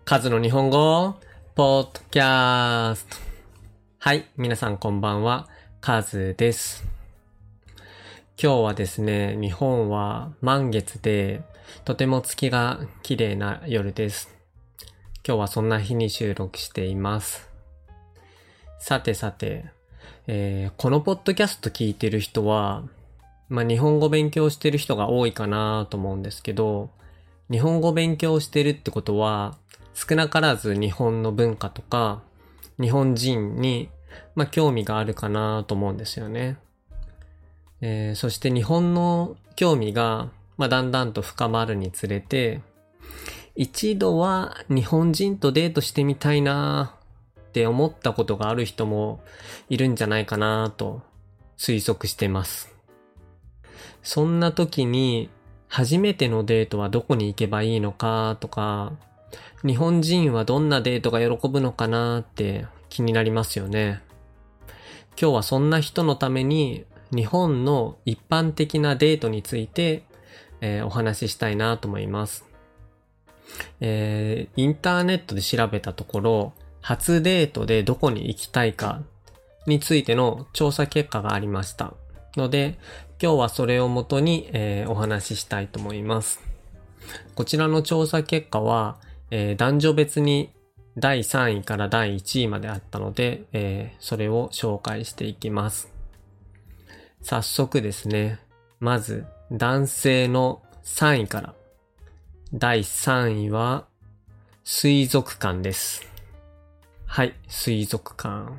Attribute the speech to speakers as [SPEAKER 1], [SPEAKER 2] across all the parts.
[SPEAKER 1] カズの日本語ポッドキャスト。はい、皆さんこんばんは、カズです。今日はですね、日本は満月でとても月が綺麗な夜です。今日はそんな日に収録しています。さて、このポッドキャスト聞いてる人は、日本語勉強してる人が多いかなと思うんですけど、日本語勉強してるってことは、少なからず日本の文化とか日本人に興味があるかなと思うんですよね。そして日本の興味がだんだんと深まるにつれて、一度は日本人とデートしてみたいなって思ったことがある人もいるんじゃないかなと推測してます。そんな時に初めてのデートはどこに行けばいいのかとか、日本人はどんなデートが喜ぶのかなって気になりますよね。今日はそんな人のために日本の一般的なデートについて、お話ししたいなと思います。インターネットで調べたところ、初デートでどこに行きたいかについての調査結果がありましたので、今日はそれをもとに、お話ししたいと思います。こちらの調査結果は、男女別に第3位から第1位まであったので、それを紹介していきます。早速ですね、まず男性の3位から。第3位は水族館です。はい、水族館。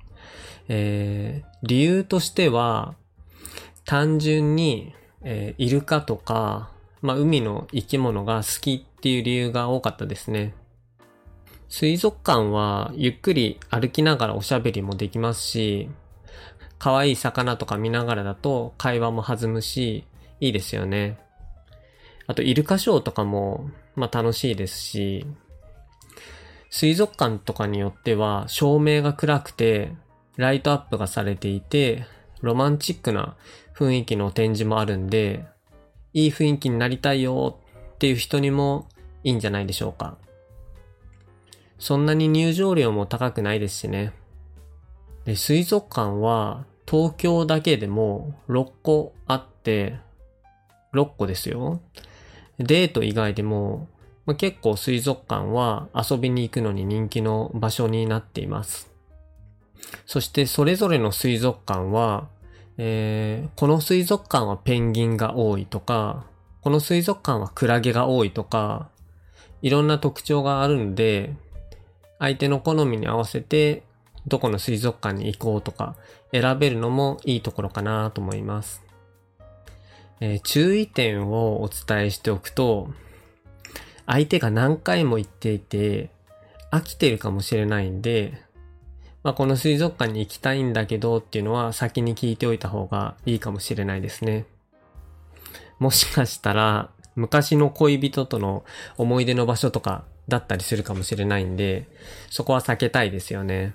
[SPEAKER 1] 理由としては単純に、イルカとか海の生き物が好きっていう理由が多かったですね。水族館はゆっくり歩きながらおしゃべりもできますし、可愛い魚とか見ながらだと会話も弾むし、いいですよね。あとイルカショーとかも楽しいですし、水族館とかによっては照明が暗くてライトアップがされていて、ロマンチックな雰囲気の展示もあるんで、いい雰囲気になりたいよっていう人にもいいんじゃないでしょうか。そんなに入場料も高くないですしね。で、水族館は東京だけでも6個あって、6個ですよ。デート以外でも、結構水族館は遊びに行くのに人気の場所になっています。そしてそれぞれの水族館は、この水族館はペンギンが多いとか、この水族館はクラゲが多いとか、いろんな特徴があるんで、相手の好みに合わせてどこの水族館に行こうとか選べるのもいいところかなと思います。注意点をお伝えしておくと、相手が何回も行っていて飽きてるかもしれないんで、この水族館に行きたいんだけどっていうのは先に聞いておいた方がいいかもしれないですね。もしかしたら昔の恋人との思い出の場所とかだったりするかもしれないんで、そこは避けたいですよね。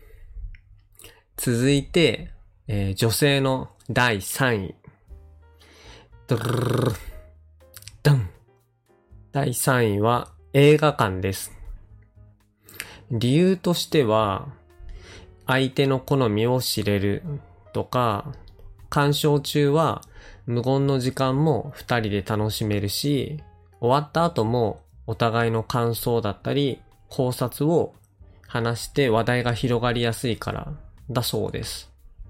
[SPEAKER 1] 続いて、女性の第3位。第3位は映画館です。理由としては、相手の好みを知れるとか、鑑賞中は無言の時間も2人で楽しめるし、終わった後もお互いの感想だったり考察を話して話題が広がりやすいからだそうです。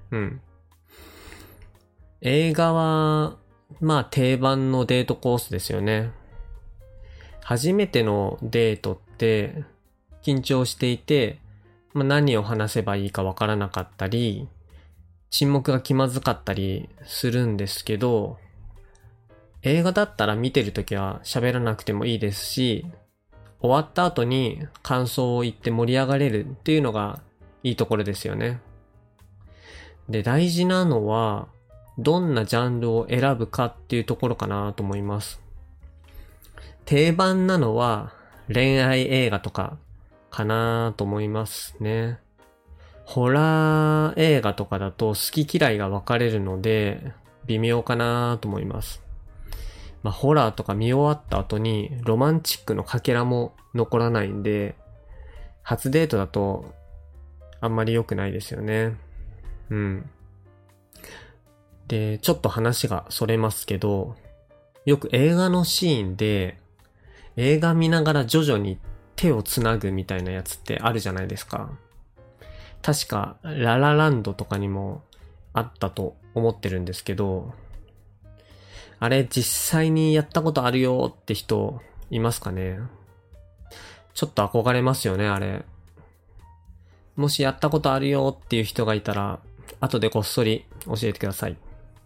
[SPEAKER 1] 映画は定番のデートコースですよね。初めてのデートって緊張していて、何を話せばいいかわからなかったり、沈黙が気まずかったりするんですけど、映画だったら見てるときは喋らなくてもいいですし、終わった後に感想を言って盛り上がれるっていうのがいいところですよね。で、大事なのはどんなジャンルを選ぶかっていうところかなと思います。定番なのは恋愛映画とかかなと思いますね。ホラー映画とかだと好き嫌いが分かれるので微妙かなと思います。 ホラーとか見終わった後にロマンチックのかけらも残らないんで、初デートだとあんまり良くないですよね。うん。で、ちょっと話がそれますけど、よく映画のシーンで、映画見ながら徐々に手をつなぐみたいなやつってあるじゃないですか。確か、ララランドとかにもあったと思ってるんですけど、あれ実際にやったことあるよって人いますかね？ちょっと憧れますよね、あれ。もしやったことあるよっていう人がいたら、後でこっそり教えてください。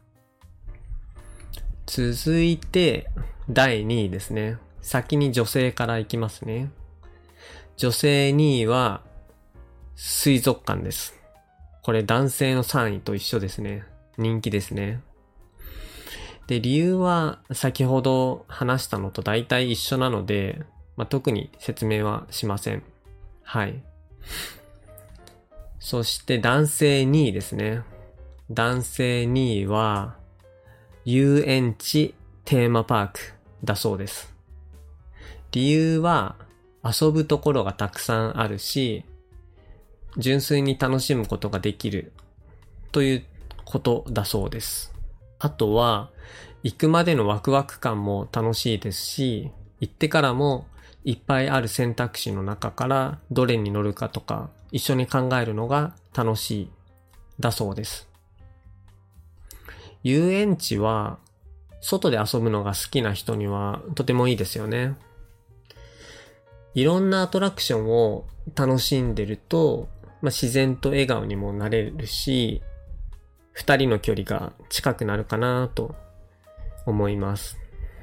[SPEAKER 1] 続いて、第2位ですね。先に女性からいきますね。女性2位は、水族館です。これ男性の3位と一緒ですね。人気ですね。で、理由は先ほど話したのと大体一緒なので、特に説明はしません。はい。そして男性2位ですね。男性2位は、遊園地テーマパークだそうです。理由は、遊ぶところがたくさんあるし、純粋に楽しむことができるということだそうです。あとは、行くまでのワクワク感も楽しいですし、行ってからもいっぱいある選択肢の中からどれに乗るかとか一緒に考えるのが楽しいだそうです。遊園地は外で遊ぶのが好きな人にはとてもいいですよね。いろんなアトラクションを楽しんでると、自然と笑顔にもなれるし、二人の距離が近くなるかなと思います。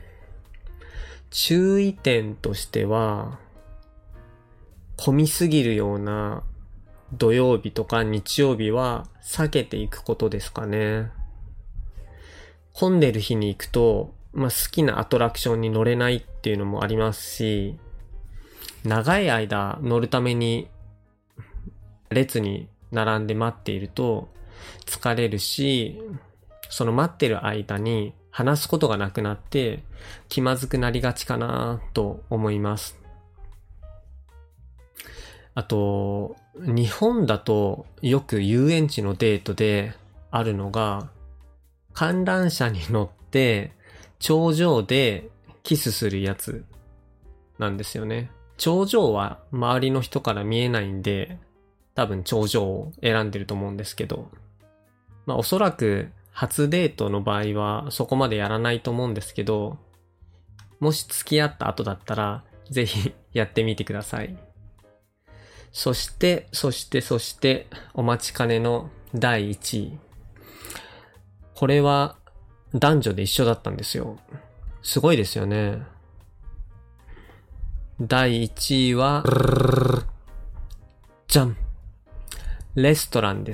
[SPEAKER 1] 注意点としては、混みすぎるような土曜日とか日曜日は避けていくことですかね。混んでる日に行くと、好きなアトラクションに乗れないっていうのもありますし、長い間乗るために列に並んで待っていると疲れるし、その待ってる間に話すことがなくなって気まずくなりがちかなと思います。あと、日本だとよく遊園地のデートであるのが、観覧車に乗って頂上でキスするやつなんですよね。頂上は周りの人から見えないんで、多分頂上を選んでると思うんですけど、おそらく初デートの場合はそこまでやらないと思うんですけど、もし付き合った後だったらぜひやってみてください。そしてお待ちかねの第1位。これは男女で一緒だったんですよ。すごいですよね。第1位は、じゃん。レストランです。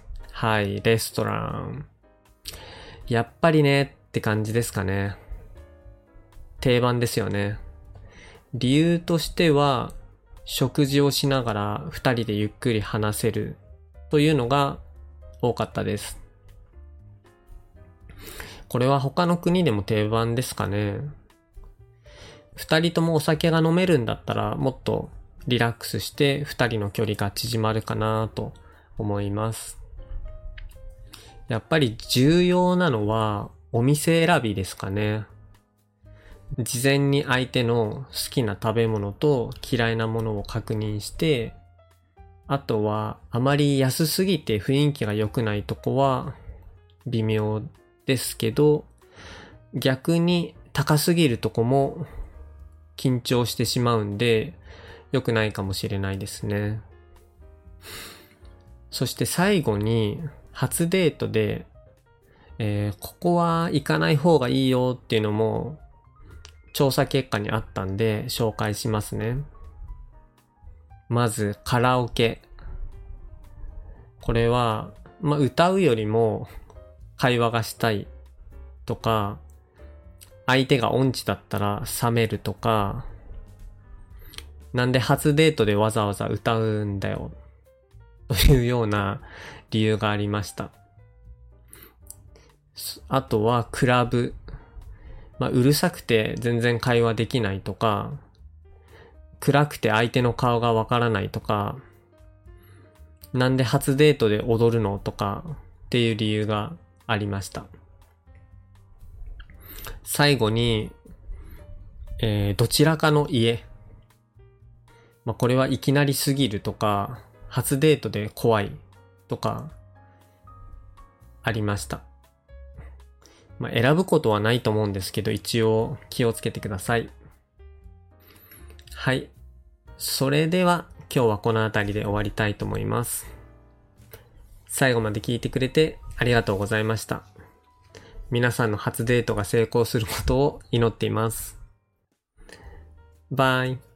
[SPEAKER 1] はい、レストラン。やっぱりねって感じですかね。定番ですよね。理由としては、食事をしながら二人でゆっくり話せるというのが多かったです。これは他の国でも定番ですかね。二人ともお酒が飲めるんだったらもっとリラックスして二人の距離が縮まるかなと思います。やっぱり重要なのはお店選びですかね。事前に相手の好きな食べ物と嫌いなものを確認して、あとはあまり安すぎて雰囲気が良くないとこは微妙ですけど、逆に高すぎるとこも緊張してしまうんで良くないかもしれないですね。そして最後に初デートで、ここは行かない方がいいよっていうのも調査結果にあったんで紹介しますね。まずカラオケ。これは、歌うよりも会話がしたいとか、相手が音痴だったら冷めるとか、なんで初デートでわざわざ歌うんだよというような理由がありました。あとはクラブ。 うるさくて全然会話できないとか、暗くて相手の顔がわからないとか、なんで初デートで踊るのとかっていう理由がありました。最後に、どちらかの家。これはいきなりすぎるとか、初デートで怖いとか、ありました。選ぶことはないと思うんですけど、一応気をつけてください。はい。それでは今日はこの辺りで終わりたいと思います。最後まで聞いてくれてありがとうございました。皆さんの初デートが成功することを祈っています。バイ。